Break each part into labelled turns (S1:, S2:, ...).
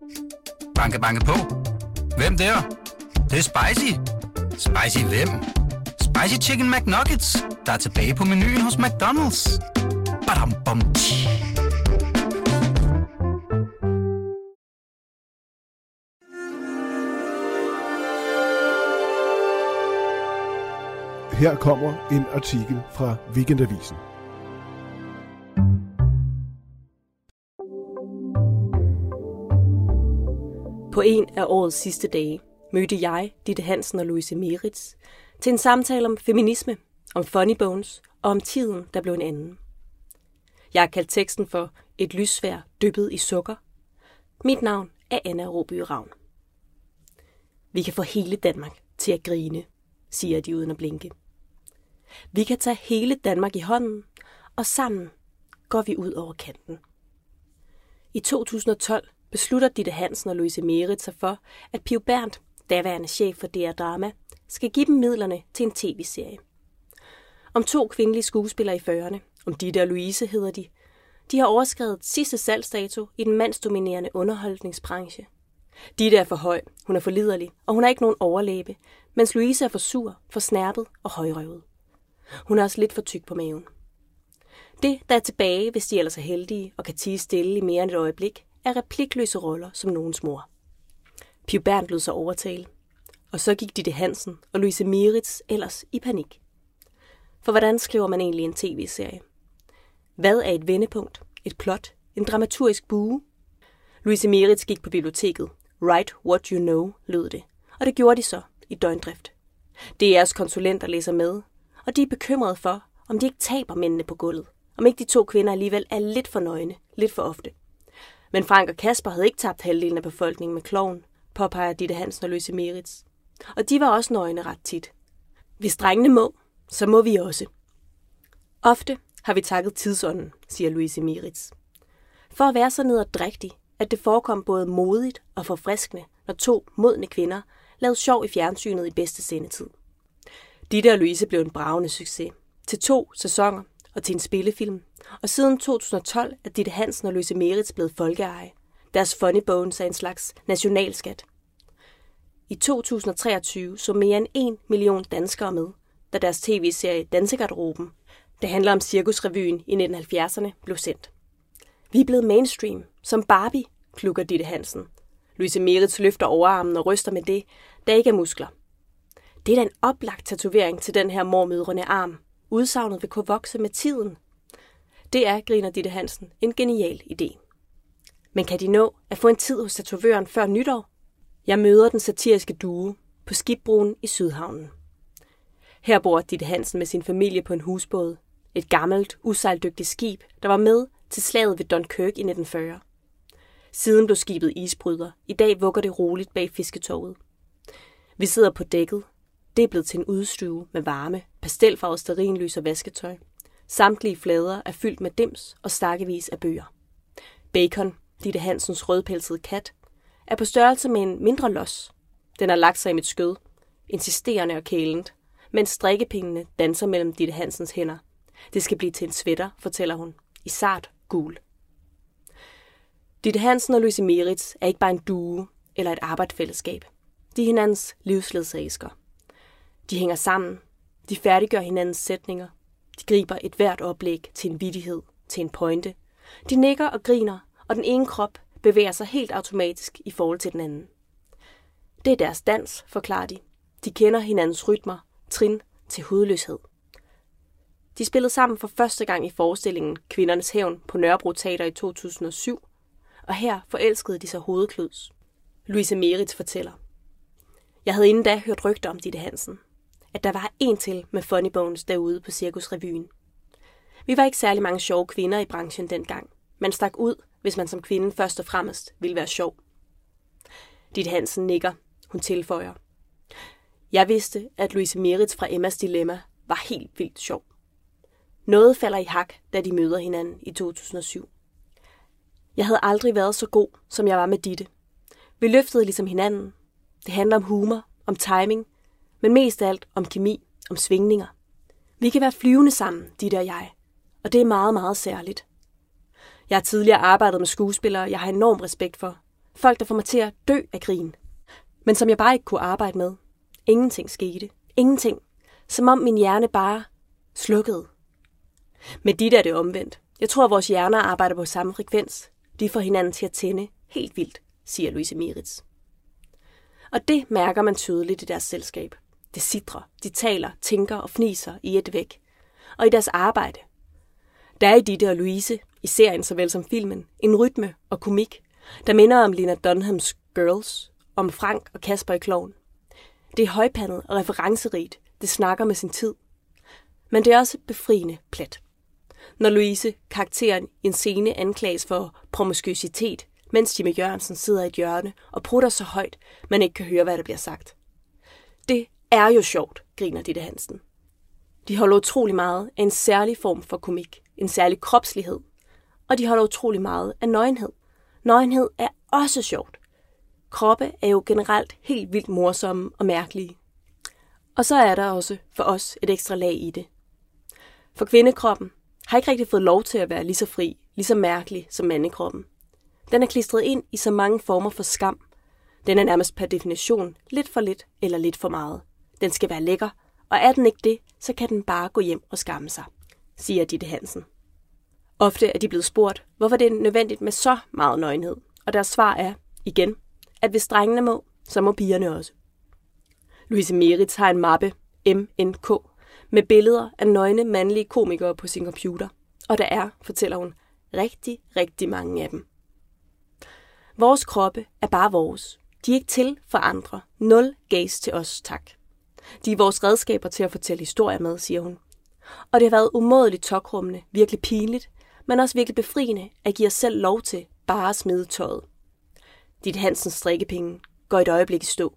S1: Banke, banke på. Hvem der? Det er spicy. Spicy hvem? Spicy Chicken McNuggets, der er tilbage på menuen hos McDonald's. Badum, bom,
S2: Her kommer en artikel fra Weekendavisen.
S3: På en af årets sidste dage mødte jeg, Ditte Hansen og Louise Mieritz til en samtale om feminisme, om funny bones og om tiden, der blev en anden. Jeg har kaldt teksten for Et lyssværd dyppet i sukker. Mit navn er Anna Råby Ravn. Vi kan få hele Danmark til at grine, siger de uden at blinke. Vi kan tage hele Danmark i hånden, og sammen går vi ud over kanten. I 2012 beslutter Ditte Hansen og Louise Mieritz sig for, at Pio Berndt, daværende chef for DR Drama, skal give dem midlerne til en tv-serie. Om 2 kvindelige skuespillere i 40'erne, om Ditte og Louise hedder de. De har overskredet sidste salgsdato i den mandsdominerende underholdningsbranche. Ditte er for høj, hun er for liderlig, og hun har ikke nogen overlæbe, mens Louise er for sur, for snærpet og højrøvet. Hun er også lidt for tyk på maven. Det, der er tilbage, hvis de ellers er heldige og kan tie stille i mere end et øjeblik, er replikløse roller som nogens mor. Pio Berndt lød sig overtale, og så gik Ditte Hansen og Louise Mieritz ellers i panik. For hvordan skriver man egentlig en tv-serie? Hvad er et vendepunkt, et plot, en dramaturgisk bue? Louise Mieritz gik på biblioteket. Write what you know, lød det, og det gjorde de så i døgndrift. DR's konsulenter læser med, og de er bekymrede for, om de ikke taber mændene på gulvet, om ikke de 2 kvinder alligevel er lidt for nøgne, lidt for ofte. Men Frank og Kasper havde ikke tabt halvdelen af befolkningen med klovn, påpeger Ditte Hansen og Louise Mieritz. Og de var også nøgne ret tit. Hvis drengene må, så må vi også. Ofte har vi takket tidsånden, siger Louise Mieritz. For at være så nederdrægtig, at det forekom både modigt og forfriskende, når 2 modne kvinder lavede sjov i fjernsynet i bedste sendetid. Ditte og Louise blev en bragende succes. Til 2 sæsoner og til en spillefilm. Og siden 2012 er Ditte Hansen og Louise Mieritz blevet folkeeje. Deres funny bones er en slags nationalskat. I 2023 så mere end 1 million danskere med, da deres tv-serie Dansegarderoben, der handler om cirkusrevyen i 1970'erne, blev sendt. Vi er blevet mainstream, som Barbie, klukker Ditte Hansen. Louise Mieritz løfter overarmen og ryster med det, der ikke er muskler. Det er da en oplagt tatovering til den her mormødrende arm. Udsagnet vil kunne vokse med tiden. Det er, griner Ditte Hansen, en genial idé. Men kan de nå at få en tid hos tatovøren før nytår? Jeg møder den satiriske duo på skibsbroen i Sydhavnen. Her bor Ditte Hansen med sin familie på en husbåd. Et gammelt, usejldygtigt skib, der var med til slaget ved Dunkirk i 1940. Siden blev skibet isbryder. I dag vugger det roligt bag fisketoget. Vi sidder på dækket. Det er blevet til en udstue med varme, pastelfarvet stearinlys og vasketøj. Samtlige flader er fyldt med dims og stakkevis af bøger. Bacon, Ditte Hansens rødpelsede kat, er på størrelse med en mindre los. Den har lagt sig i mit skød, insisterende og kælent, mens strikkepindene danser mellem Ditte Hansens hænder. Det skal blive til en sweater, fortæller hun, i sart gul. Ditte Hansen og Louise Mieritz er ikke bare en duo eller et arbejdsfællesskab. De er hinandens livsledsagersker. De hænger sammen, de færdiggør hinandens sætninger, de griber et hvert oplæg til en vittighed, til en pointe. De nikker og griner, og den ene krop bevæger sig helt automatisk i forhold til den anden. Det er deres dans, forklarer de. De kender hinandens rytmer, trin til hudløshed. De spillede sammen for første gang i forestillingen Kvindernes Hævn på Nørrebro Teater i 2007, og her forelskede de sig hovedkluds. Louise Mieritz fortæller: Jeg havde inden da hørt rygter om Ditte Hansen, at der var en til med funny bones derude på Cirkusrevyen. Vi var ikke særlig mange sjove kvinder i branchen dengang. Man stak ud, hvis man som kvinde først og fremmest ville være sjov. Ditte Hansen nikker. Hun tilføjer: Jeg vidste, at Louise Mieritz fra Emmas Dilemma var helt vildt sjov. Noget falder i hak, da de møder hinanden i 2007. Jeg havde aldrig været så god, som jeg var med Ditte. Vi løftede ligesom hinanden. Det handler om humor, om timing, men mest af alt om kemi, om svingninger. Vi kan være flyvende sammen, Ditte og jeg, og det er meget, meget særligt. Jeg har tidligere arbejdet med skuespillere, jeg har enorm respekt for, Folk, der får mig til at dø af grin. Men som jeg bare ikke kunne arbejde med. Ingenting skete. Ingenting. Som om min hjerne bare slukkede. Med dit er det omvendt. Jeg tror, at vores hjerner arbejder på samme frekvens. De får hinanden til at tænde helt vildt, siger Louise Mieritz. Og det mærker man tydeligt i deres selskab. Det sidrer, de taler, tænker og fniser i et væk. Og i deres arbejde. Der er i Ditte og Louise, i serien såvel som filmen, en rytme og komik, der minder om Lena Dunhams Girls, om Frank og Kasper i Klovn. Det er højpandet og referencerigt, det snakker med sin tid. Men det er også befriende plat. Når Louise, karakteren i en scene, anklages for promiskuitet, mens Jimmy Jørgensen sidder i et hjørne og prutter så højt, man ikke kan høre, hvad der bliver sagt. Det er jo sjovt, griner Ditte Hansen. De holder utrolig meget af en særlig form for komik, en særlig kropslighed, og de holder utrolig meget af nøgenhed. Nøgenhed er også sjovt. Kroppe er jo generelt helt vildt morsomme og mærkelige. Og så er der også for os et ekstra lag i det. For kvindekroppen har ikke rigtig fået lov til at være lige så fri, lige så mærkelig som mandekroppen. Den er klistret ind i så mange former for skam. Den er nærmest per definition lidt for lidt eller lidt for meget. Den skal være lækker, og er den ikke det, så kan den bare gå hjem og skamme sig, siger Ditte Hansen. Ofte er de blevet spurgt, hvorfor det er nødvendigt med så meget nøgenhed, og deres svar er, igen, at hvis drengene må, så må pigerne også. Louise Mieritz har en mappe, MNK, med billeder af nøgne mandlige komikere på sin computer, og der er, fortæller hun, rigtig, rigtig mange af dem. Vores kroppe er bare vores. De er ikke til for andre. Nul gays til os, tak. De er vores redskaber til at fortælle historier med, siger hun. Og det har været umådeligt tokrummende, virkelig pinligt, men også virkelig befriende at give os selv lov til bare at smide tøjet. Ditte Hansens strikkepenge går et øjeblik i stå.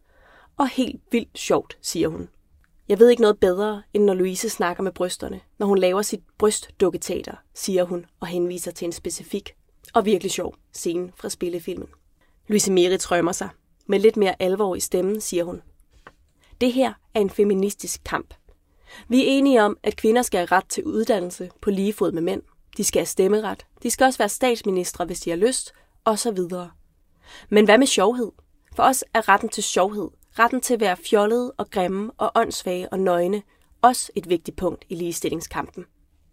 S3: Og helt vildt sjovt, siger hun. Jeg ved ikke noget bedre, end når Louise snakker med brysterne, når hun laver sit brystdukketeater, siger hun og henviser til en specifik og virkelig sjov scene fra spillefilmen. Louise Mieritz rømmer sig. Med lidt mere alvor i stemmen, siger hun. Det her er en feministisk kamp. Vi er enige om, at kvinder skal have ret til uddannelse på lige fod med mænd. De skal have stemmeret. De skal også være statsministre, hvis de har lyst, og så videre. Men hvad med sjovhed? For os er retten til sjovhed, retten til at være fjollede og grimme og åndssvage og nøgne, også et vigtigt punkt i ligestillingskampen.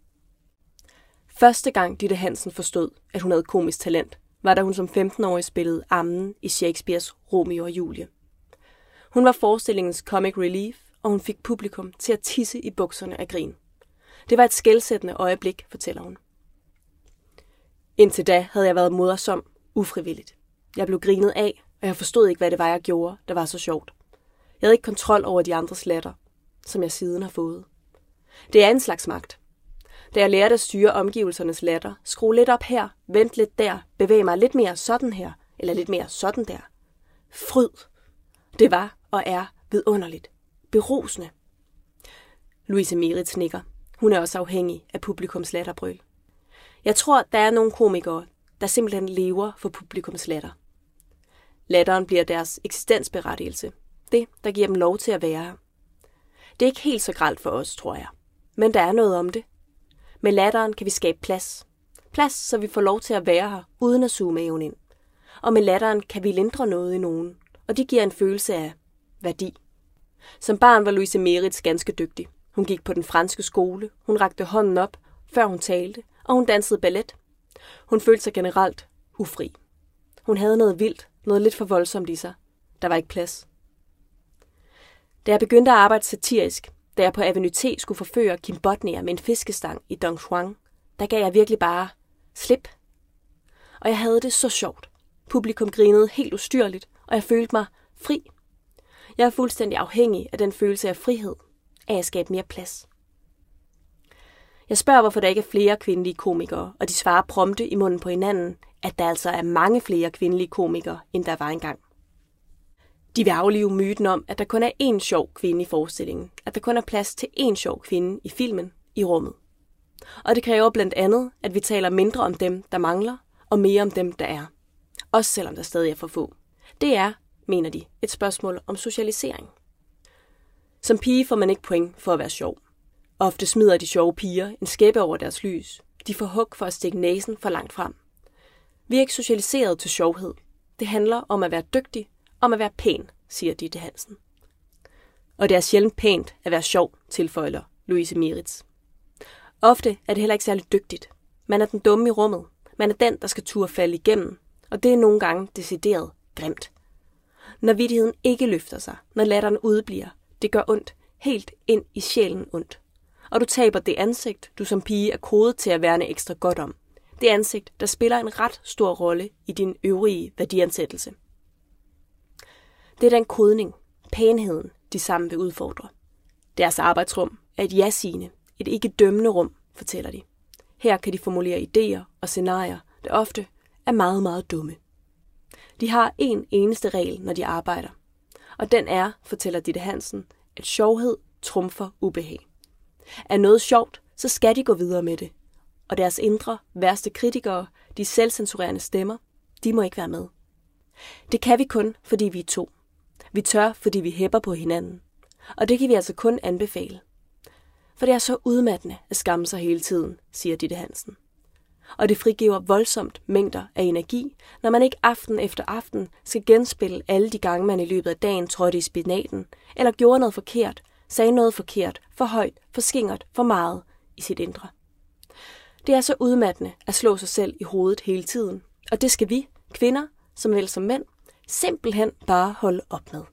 S3: Første gang Ditte Hansen forstod, at hun havde komisk talent, var da hun som 15-årig spillede ammen i Shakespeares Romeo og Julie. Hun var forestillingens comic relief, og hun fik publikum til at tisse i bukserne af grin. Det var et skelsættende øjeblik, fortæller hun. Indtil da havde jeg været modersom, ufrivilligt. Jeg blev grinet af, og jeg forstod ikke, hvad det var, jeg gjorde, der var så sjovt. Jeg havde ikke kontrol over de andres latter, som jeg siden har fået. Det er en slags magt. Da jeg lærte at styre omgivelsernes latter, skrue lidt op her, vent lidt der, bevæge mig lidt mere sådan her, eller lidt mere sådan der. Fryd. Det var og er vidunderligt. Berusende. Louise Mieritz nikker. Hun er også afhængig af publikums latterbrøl. Jeg tror, der er nogle komikere, der simpelthen lever for publikums latter. Latteren bliver deres eksistensberettigelse. Det, der giver dem lov til at være her. Det er ikke helt så grelt for os, tror jeg. Men der er noget om det. Med latteren kan vi skabe plads. Plads, så vi får lov til at være her, uden at suge maven ind. Og med latteren kan vi lindre noget i nogen, og det giver en følelse af værdi. Som barn var Louise Mieritz ganske dygtig. Hun gik på den franske skole, hun rakte hånden op, før hun talte, og hun dansede ballet. Hun følte sig generelt ufri. Hun havde noget vildt, noget lidt for voldsomt i sig. Der var ikke plads. Da jeg begyndte at arbejde satirisk, da jeg på Avenue T skulle forføre Kim Bodnia med en fiskestang i Don Juan, der gav jeg virkelig bare slip. Og jeg havde det så sjovt. Publikum grinede helt ustyrligt, og jeg følte mig fri. Jeg er fuldstændig afhængig af den følelse af frihed, af at skabe mere plads. Jeg spørger, hvorfor der ikke er flere kvindelige komikere, og de svarer prompte i munden på hinanden, at der altså er mange flere kvindelige komikere, end der var engang. De vil aflive myten om, at der kun er én sjov kvinde i forestillingen, at der kun er plads til én sjov kvinde i filmen, i rummet. Og det kræver blandt andet, at vi taler mindre om dem, der mangler, og mere om dem, der er. Også selvom der stadig er for få. Det er, mener de, et spørgsmål om socialisering. Som pige får man ikke point for at være sjov. Ofte smider de sjove piger en skæppe over deres lys. De får hug for at stikke næsen for langt frem. Vi er ikke socialiseret til sjovhed. Det handler om at være dygtig, om at være pæn, siger Ditte Hansen. Og det er sjældent pænt at være sjov, tilføjer Louise Mieritz. Ofte er det heller ikke særlig dygtigt. Man er den dumme i rummet. Man er den, der skal turde falde igennem. Og det er nogle gange decideret grimt. Når vittigheden ikke løfter sig, når latteren udebliver, det gør ondt, helt ind i sjælen ondt. Og du taber det ansigt, du som pige er kodet til at værne ekstra godt om. Det ansigt, der spiller en ret stor rolle i din øvrige værdiansættelse. Det er den kodning, pænheden, de sammen vil udfordre. Deres arbejdsrum er et ja-sigende, et ikke-dømmende rum, fortæller de. Her kan de formulere idéer og scenarier, der ofte er meget, meget dumme. De har en eneste regel, når de arbejder. Og den er, fortæller Ditte Hansen, at sjovhed trumfer ubehag. Er noget sjovt, så skal de gå videre med det. Og deres indre, værste kritikere, de selvcensurerende stemmer, de må ikke være med. Det kan vi kun, fordi vi er to. Vi tør, fordi vi hæpper på hinanden. Og det kan vi altså kun anbefale. For det er så udmattende at skamme sig hele tiden, siger Ditte Hansen. Og det frigiver voldsomt mængder af energi, når man ikke aften efter aften skal genspille alle de gange, man i løbet af dagen trådte i spinaten, eller gjorde noget forkert, sagde noget forkert, for højt, for skingert, for meget i sit indre. Det er så udmattende at slå sig selv i hovedet hele tiden, og det skal vi, kvinder, som vel som mænd, simpelthen bare holde op med.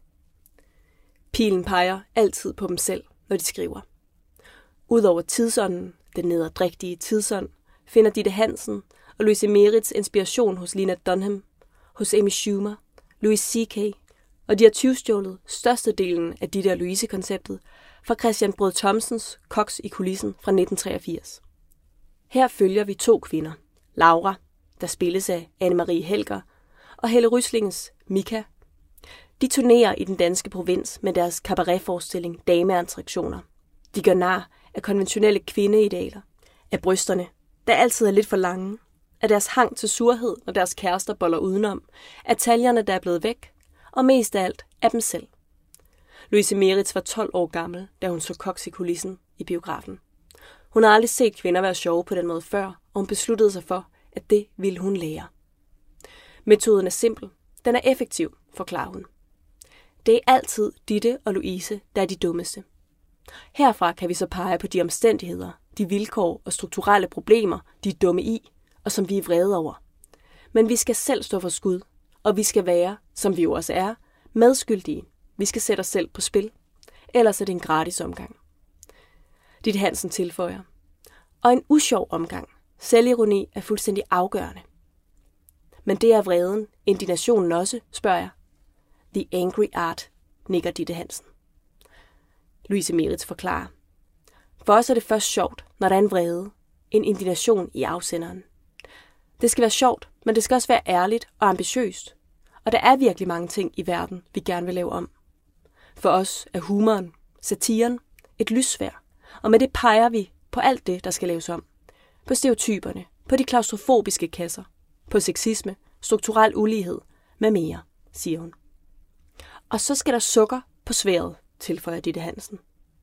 S3: Pilen peger altid på dem selv, når de skriver. Udover tidsånden, den nederdrægtige tidsånd, finder Ditte Hansen og Louise Mieritz inspiration hos Lena Dunham, hos Amy Schumer, Louis C.K., og de har tyvstjålet størstedelen af Ditte og Louise-konceptet fra Christian Brød Thomsens Koks i kulissen fra 1983. Her følger vi to kvinder, Laura, der spilles af Anne-Marie Helger, og Helle Ryslingens Mika. De turnerer i den danske provins med deres cabaretforestilling Dameattraktioner. De gør nar af konventionelle kvindeidealer, af brysterne, der altid er lidt for lange, af deres hang til surhed, når deres kærester boller udenom, af taljerne, der er blevet væk, og mest af alt af dem selv. Louise Mieritz var 12 år gammel, da hun så Koks i kulissen i biografen. Hun har aldrig set kvinder være sjove på den måde før, og hun besluttede sig for, at det ville hun lære. Metoden er simpel. Den er effektiv, forklarer hun. Det er altid Ditte og Louise, der er de dummeste. Herfra kan vi så pege på de omstændigheder, de vilkår og strukturelle problemer, de er dumme i, og som vi er vrede over. Men vi skal selv stå for skud, og vi skal være, som vi jo også er, medskyldige. Vi skal sætte os selv på spil. Ellers er det en gratis omgang. Ditte Hansen tilføjer. Og en usjov omgang. Selvironi er fuldstændig afgørende. Men det er vreden, indignationen også, spørger jeg. The angry art, nikker Ditte Hansen. Louise Mieritz forklarer. For os er det først sjovt, når der er en vrede, en indignation i afsenderen. Det skal være sjovt, men det skal også være ærligt og ambitiøst. Og der er virkelig mange ting i verden, vi gerne vil lave om. For os er humoren, satiren, et lyssværd, og med det peger vi på alt det, der skal laves om. På stereotyperne, på de klaustrofobiske kasser, på sexisme, strukturel ulighed, med mere, siger hun. Og så skal der sukker på sværdet, tilføjer Ditte Hansen.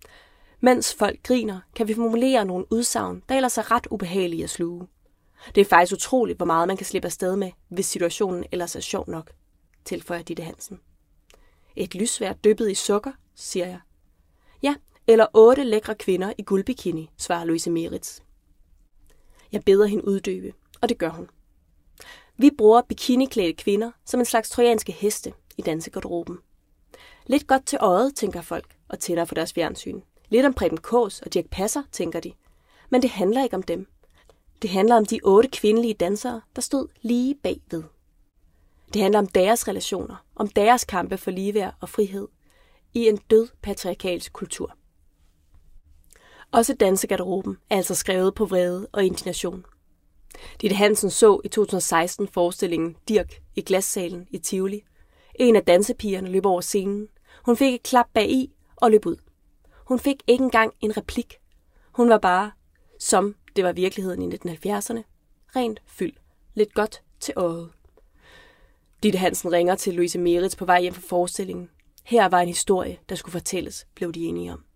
S3: Mens folk griner, kan vi formulere nogle udsagn, der ellers er ret ubehagelige at sluge. Det er faktisk utroligt, hvor meget man kan slippe afsted med, hvis situationen ellers er sjov nok, tilføjer Ditte Hansen. Et lyssværd dyppet i sukker, siger jeg. Ja, eller 8 lækre kvinder i guldbikini, svarer Louise Mieritz. Jeg beder hende uddybe, og det gør hun. Vi bruger bikiniklædte kvinder som en slags trojanske heste i dansegarderoben. Lidt godt til øjet, tænker folk, og tænder for deres fjernsyn. Lidt om Preben Kaas og Dirch Passer, tænker de. Men det handler ikke om dem. Det handler om de 8 kvindelige dansere, der stod lige bagved. Det handler om deres relationer, om deres kampe for ligeværd og frihed i en død patriarkalsk kultur. Også dansegarderoben er altså skrevet på vrede og indignation. Ditte Hansen så i 2016 forestillingen Dirch i Glassalen i Tivoli. En af dansepigerne løb over scenen. Hun fik et klap bagi og løb ud. Hun fik ikke engang en replik. Hun var bare, som det var virkeligheden i 1970'erne, rent fyld. Lidt godt til øjet. Ditte Hansen ringer til Louise Mieritz på vej hjem fra forestillingen. Her var en historie, der skulle fortælles, blev de enige om.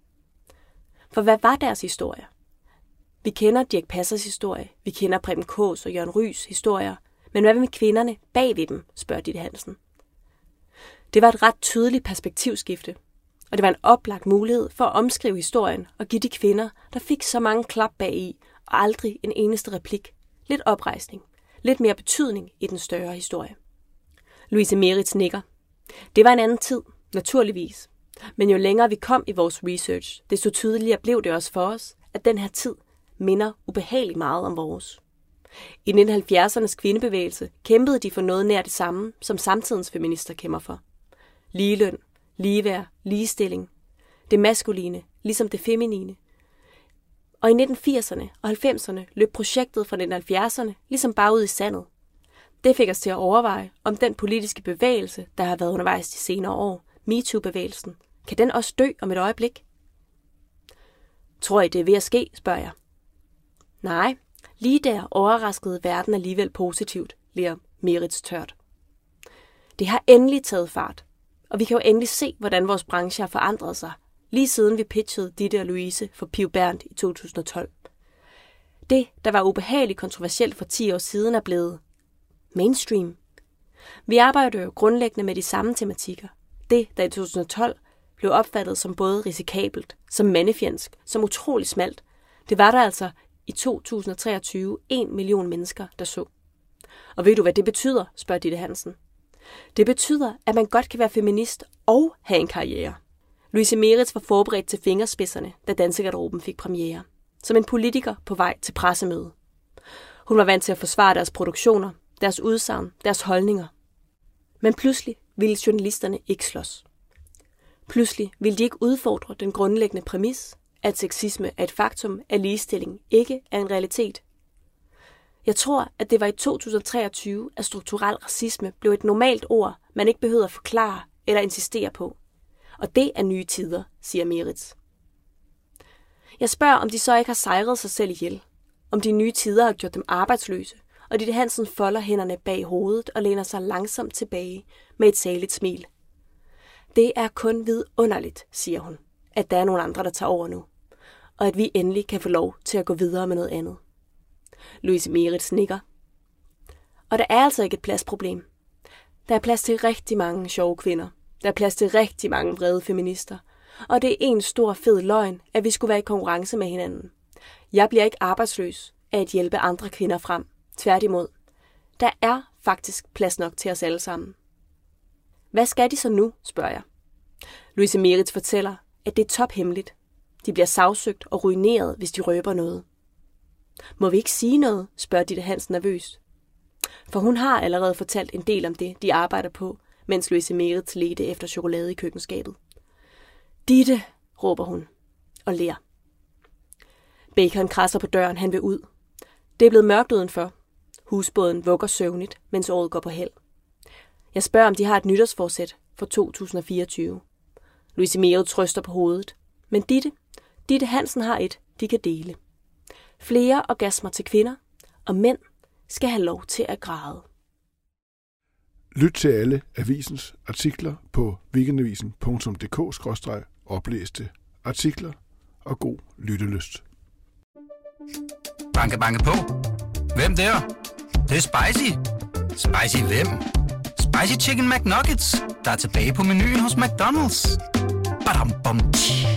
S3: For hvad var deres historie? Vi kender Dirch Passers historie, vi kender Preben Kaas og Jørgen Rys historier, Men hvad med kvinderne bag ved dem, spørger Ditte Hansen. Det var et ret tydeligt perspektivskifte, og det var en oplagt mulighed for at omskrive historien og give de kvinder, der fik så mange klap bagi og aldrig en eneste replik, lidt oprejsning, lidt mere betydning i den større historie. Louise Meritz nikker. Det var en anden tid, naturligvis. Men jo længere vi kom i vores research, desto tydeligere blev det også for os, at den her tid minder ubehageligt meget om vores. I 1970'ernes kvindebevægelse kæmpede de for noget nær det samme, som samtidens feminister kæmper for. Ligeløn, ligeværd, ligestilling. Det maskuline, ligesom det feminine. Og i 1980'erne og 90'erne løb projektet fra 1970'erne ligesom bare ud i sandet. Det fik os til at overveje, om den politiske bevægelse, der har været undervejs de senere år, MeToo-bevægelsen, kan den også dø om et øjeblik? Tror I, det er ved at ske, spørger jeg. Nej, lige der overraskede verden alligevel positivt, ler Meritz tørt. Det har endelig taget fart, og vi kan jo endelig se, hvordan vores branche har forandret sig, lige siden vi pitchede Ditte og Louise for Piv Berndt i 2012. Det, der var ubehageligt kontroversielt for 10 år siden, er blevet mainstream. Vi arbejder jo grundlæggende med de samme tematikker. Det, der i 2012 blev opfattet som både risikabelt, som mandefjendsk, som utrolig smalt, det var der altså i 2023 1 million mennesker, der så. Og ved du, hvad det betyder, spørger Ditte Hansen. Det betyder, at man godt kan være feminist og have en karriere. Louise Meritz var forberedt til fingerspidserne, da Dansegarderoben fik premiere. Som en politiker på vej til pressemøde. Hun var vant til at forsvare deres produktioner, deres udsagn, deres holdninger. Men pludselig ville journalisterne ikke slås. Pludselig ville de ikke udfordre den grundlæggende præmis, at sexisme er et faktum, at ligestilling ikke er en realitet. Jeg tror, at det var i 2023, at strukturel racisme blev et normalt ord, man ikke behøvede at forklare eller insistere på. Og det er nye tider, siger Meritz. Jeg spørger, om de så ikke har sejret sig selv ihjel. Om de nye tider har gjort dem arbejdsløse, og Ditte Hansen folder hænderne bag hovedet og læner sig langsomt tilbage med et saligt smil. Det er kun vidunderligt, siger hun, at der er nogle andre, der tager over nu, og at vi endelig kan få lov til at gå videre med noget andet. Louise Meritz nikker. Og der er altså ikke et pladsproblem. Der er plads til rigtig mange sjove kvinder. Der er plads til rigtig mange vrede feminister. Og det er en stor fed løgn, at vi skulle være i konkurrence med hinanden. Jeg bliver ikke arbejdsløs af at hjælpe andre kvinder frem. Tværtimod. Der er faktisk plads nok til os alle sammen. Hvad skal de så nu, spørger jeg. Louise Meritz fortæller, at det er tophemmeligt. De bliver sagsøgt og ruineret, hvis de røber noget. Må vi ikke sige noget, spørger Ditte Hansen nervøs. For hun har allerede fortalt en del om det, de arbejder på, mens Louise Meritz ledte efter chokolade i køkkenskabet. Ditte, råber hun og ler. Bacon krasser på døren, han vil ud. Det er blevet mørkt udenfor. Husbåden vugger søvnigt, mens året går på held. Jeg spørger, om de har et nytårsforsæt for 2024. Louise Meritz trøster på hovedet. Men Ditte Hansen har et, de kan dele. Flere orgasmer til kvinder, og mænd skal have lov til at græde.
S2: Lyt til alle avisens artikler på weekendavisen.dk/oplæste artikler og god lyttelyst.
S1: Banke, banke på. Hvem der? Det er spicy. Spicy hvem? Spicy Chicken McNuggets, der er tilbage på menuen hos McDonald's. Badum, bom, tji.